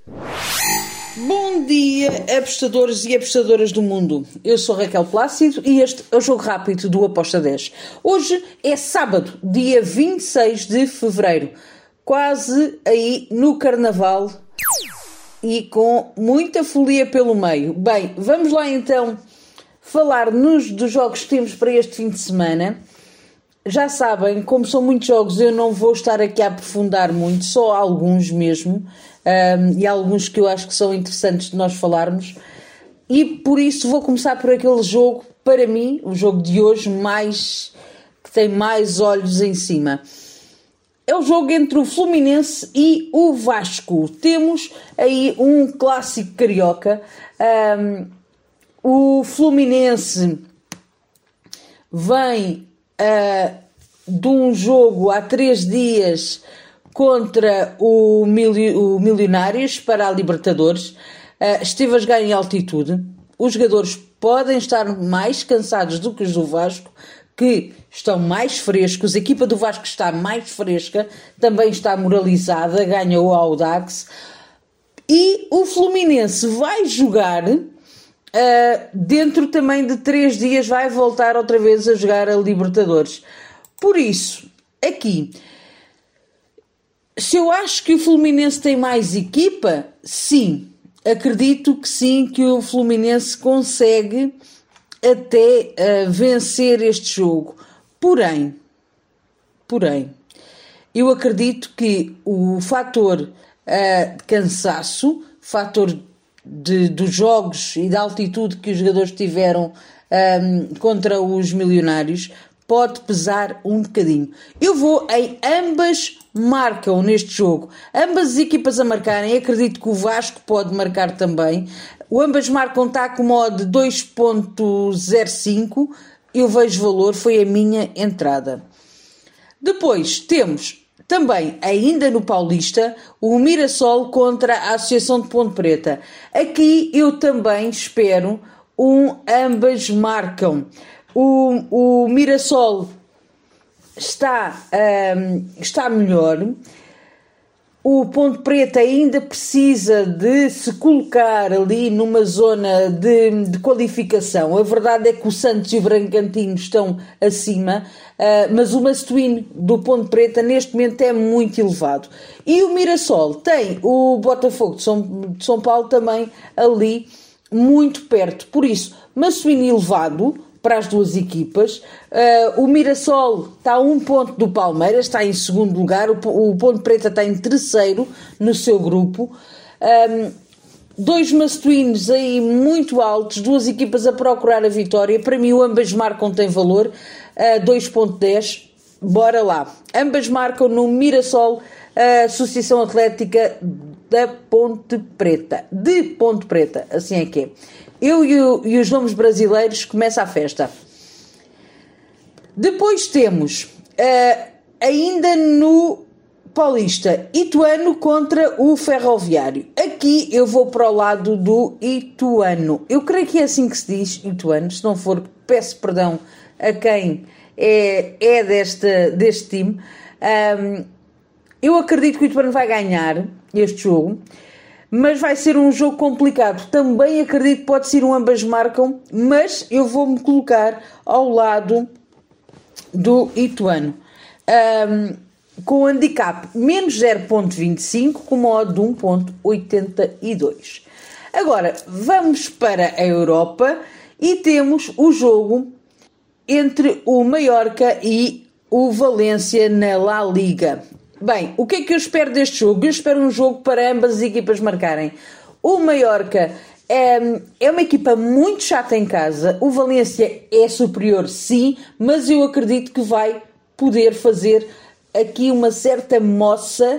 Bom dia, apostadores e apostadoras do mundo. Eu sou Raquel Plácido e este é o Jogo Rápido do Aposta 10. Hoje é sábado, dia 26 de fevereiro, quase aí no Carnaval e com muita folia pelo meio. Bem, vamos lá então falar dos jogos que temos para este fim de semana. Já sabem, como são muitos jogos, eu não vou estar aqui a aprofundar muito, só alguns mesmo, e alguns que eu acho que são interessantes de nós falarmos, e por isso vou começar por aquele jogo, para mim, o jogo de hoje, que tem mais olhos em cima. É o jogo entre o Fluminense e o Vasco. Temos aí um clássico carioca. O Fluminense vem de um jogo há 3 dias contra o Milionários para a Libertadores. Esteve a jogar em altitude. Os jogadores podem estar mais cansados do que os do Vasco, que estão mais frescos. A equipa do Vasco está mais fresca, também está moralizada, ganhou o Audax. E o Fluminense vai jogar, dentro também de 3 dias, vai voltar outra vez a jogar a Libertadores. Por isso, aqui, se eu acho que o Fluminense tem mais equipa, sim, acredito que sim, que o Fluminense consegue até vencer este jogo. Porém, eu acredito que o fator de cansaço, fator dos jogos e da altitude que os jogadores tiveram contra os Milionários, pode pesar um bocadinho. Eu vou em ambas marcam neste jogo. Ambas as equipas a marcarem. Acredito que o Vasco pode marcar também. O ambas marcam está com modo 2.05. Eu vejo valor, foi a minha entrada. Depois temos também, ainda no Paulista, o Mirassol contra a Associação de Ponte Preta. Aqui eu também espero ambas marcam. O Mirassol está melhor. O Ponte Preta ainda precisa de se colocar ali numa zona de qualificação. A verdade é que o Santos e o Bragantino estão acima, mas o must-win do Ponte Preta neste momento é muito elevado. E o Mirassol tem o Botafogo de São Paulo também ali muito perto. Por isso, must-win elevado para as duas equipas. O Mirassol está a 1 ponto do Palmeiras, está em segundo lugar. O Ponte Preta está em terceiro no seu grupo. 2 must-wins aí muito altos, duas equipas a procurar a vitória. Para mim, o ambas marcam tem valor, 2.10. Bora lá. Ambas marcam no Mirassol, Associação Atlética da Ponte Preta. De Ponte Preta, assim é que é. Eu e os nomes brasileiros, começa a festa. Depois temos, ainda no Paulista, Ituano contra o Ferroviário. Aqui eu vou para o lado do Ituano. Eu creio que é assim que se diz, Ituano. Se não for, peço perdão a quem é deste time. Eu acredito que o Ituano vai ganhar este jogo, mas vai ser um jogo complicado. Também acredito que pode ser ambas marcam, mas eu vou-me colocar ao lado do Ituano. Com o handicap menos 0.25, com uma odd de 1.82. Agora, vamos para a Europa e temos o jogo entre o Mallorca e o Valência na La Liga. Bem, o que é que eu espero deste jogo? Eu espero um jogo para ambas as equipas marcarem. O Mallorca é uma equipa muito chata em casa. O Valência é superior, sim, mas eu acredito que vai poder fazer aqui uma certa moça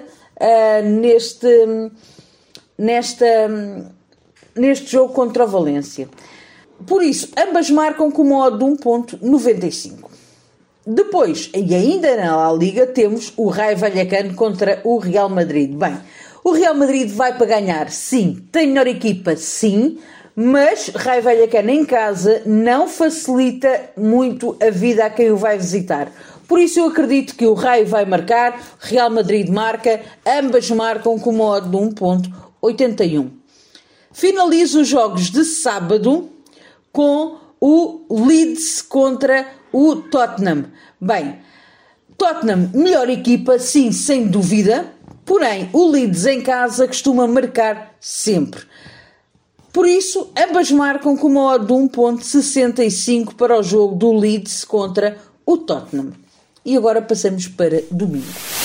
neste jogo contra o Valência. Por isso, ambas marcam com uma odd de 1.95. Depois, e ainda na La Liga, temos o Raio Vallecano contra o Real Madrid. Bem, o Real Madrid vai para ganhar, sim. Tem melhor equipa, sim. Mas Raio Vallecano em casa não facilita muito a vida a quem o vai visitar. Por isso eu acredito que o Raio vai marcar, Real Madrid marca, ambas marcam com uma odd de 1.81. Finalizo os jogos de sábado com o Leeds contra o Tottenham. Bem, Tottenham, melhor equipa, sim, sem dúvida, porém o Leeds em casa costuma marcar sempre. Por isso, ambas marcam com uma odd de 1.65 para o jogo do Leeds contra o Tottenham. E agora passamos para domingo.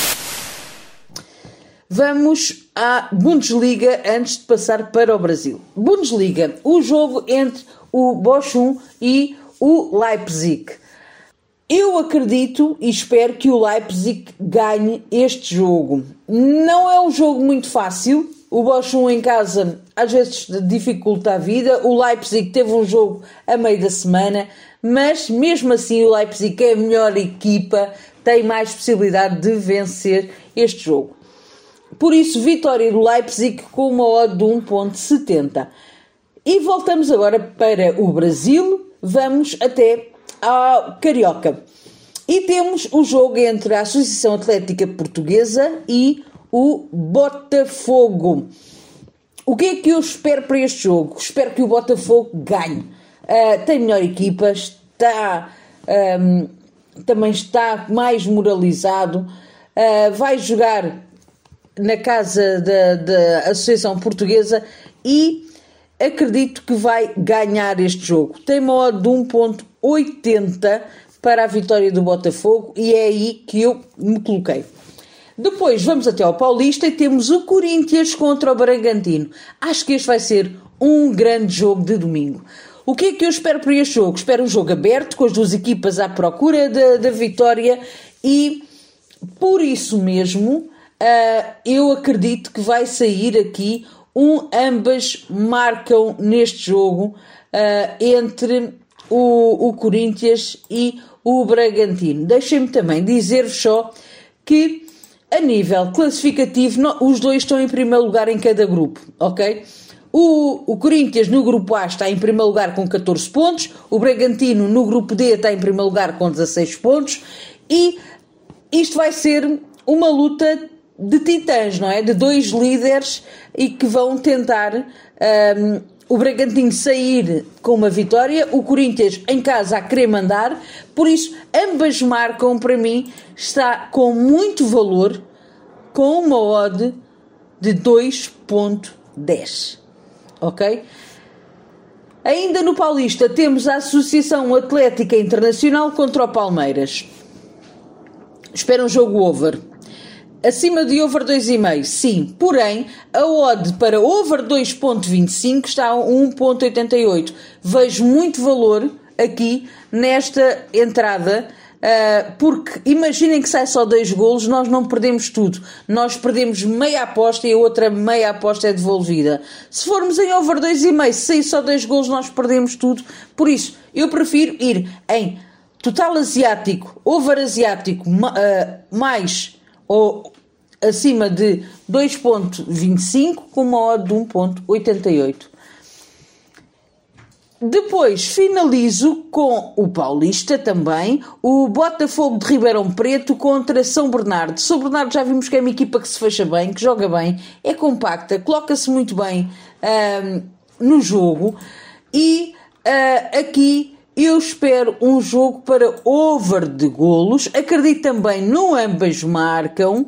Vamos à Bundesliga antes de passar para o Brasil. Bundesliga, o jogo entre o Bochum e o Leipzig. Eu acredito e espero que o Leipzig ganhe este jogo. Não é um jogo muito fácil. O Bochum em casa às vezes dificulta a vida. O Leipzig teve um jogo a meio da semana, mas mesmo assim o Leipzig é a melhor equipa, tem mais possibilidade de vencer este jogo. Por isso, vitória do Leipzig com uma odd de 1.70. E voltamos agora para o Brasil. Vamos até ao Carioca. E temos o jogo entre a Associação Atlética Portuguesa e o Botafogo. O que é que eu espero para este jogo? Espero que o Botafogo ganhe. Tem melhor equipa, também está mais moralizado. Vai jogar na casa da Associação Portuguesa e acredito que vai ganhar este jogo. Tem uma odd de 1.80 para a vitória do Botafogo e é aí que eu me coloquei. Depois vamos até ao Paulista e temos o Corinthians contra o Bragantino. Acho que este vai ser um grande jogo de domingo. O que é que eu espero para este jogo? Espero um jogo aberto, com as duas equipas à procura da vitória e, por isso mesmo, eu acredito que vai sair aqui ambas marcam neste jogo entre o Corinthians e o Bragantino. Deixem-me também dizer-vos só que, a nível classificativo, os dois estão em primeiro lugar em cada grupo, ok? O Corinthians no grupo A está em primeiro lugar com 14 pontos, o Bragantino no grupo D está em primeiro lugar com 16 pontos e isto vai ser uma luta de titãs, não é? De dois líderes e que vão tentar o Bragantino sair com uma vitória, o Corinthians em casa a querer mandar, por isso ambas marcam, para mim, está com muito valor, com uma odd de 2.10, ok? Ainda no Paulista temos a Associação Atlética Internacional contra o Palmeiras. Espera um jogo over. Acima de over 2,5, sim. Porém, a odd para over 2.25 está a 1.88. Vejo muito valor aqui nesta entrada, porque imaginem que sai só 2 golos, nós não perdemos tudo. Nós perdemos meia aposta e a outra meia aposta é devolvida. Se formos em over 2,5, se sair só 2 golos, nós perdemos tudo. Por isso, eu prefiro ir em total asiático, over asiático, mais ou acima de 2.25 com uma odd de 1.88. Depois finalizo com o Paulista também, o Botafogo de Ribeirão Preto contra São Bernardo. São Bernardo já vimos que é uma equipa que se fecha bem, que joga bem, é compacta, coloca-se muito bem no jogo e aqui eu espero um jogo para over de golos. Acredito também no ambas marcam.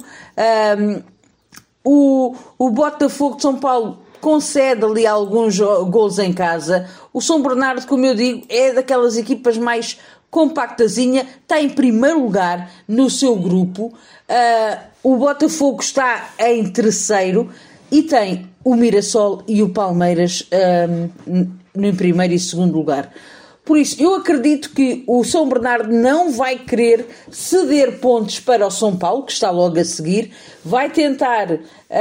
O Botafogo de São Paulo concede ali alguns golos em casa. O São Bernardo, como eu digo, é daquelas equipas mais compactazinha, está em primeiro lugar no seu grupo. O Botafogo está em terceiro e tem o Mirassol e o Palmeiras no primeiro e segundo lugar. Por isso, eu acredito que o São Bernardo não vai querer ceder pontos para o São Paulo, que está logo a seguir. Vai tentar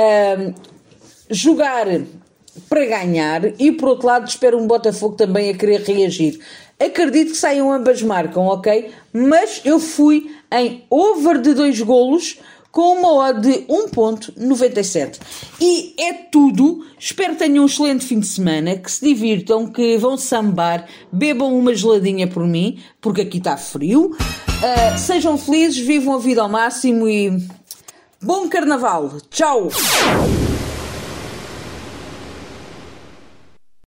jogar para ganhar e, por outro lado, espero um Botafogo também a querer reagir. Acredito que saiam ambas marcam, ok? Mas eu fui em over de 2 golos com uma odd de 1.97. E é tudo. Espero que tenham um excelente fim de semana, que se divirtam, que vão sambar, bebam uma geladinha por mim, porque aqui está frio. Sejam felizes, vivam a vida ao máximo e bom carnaval. Tchau!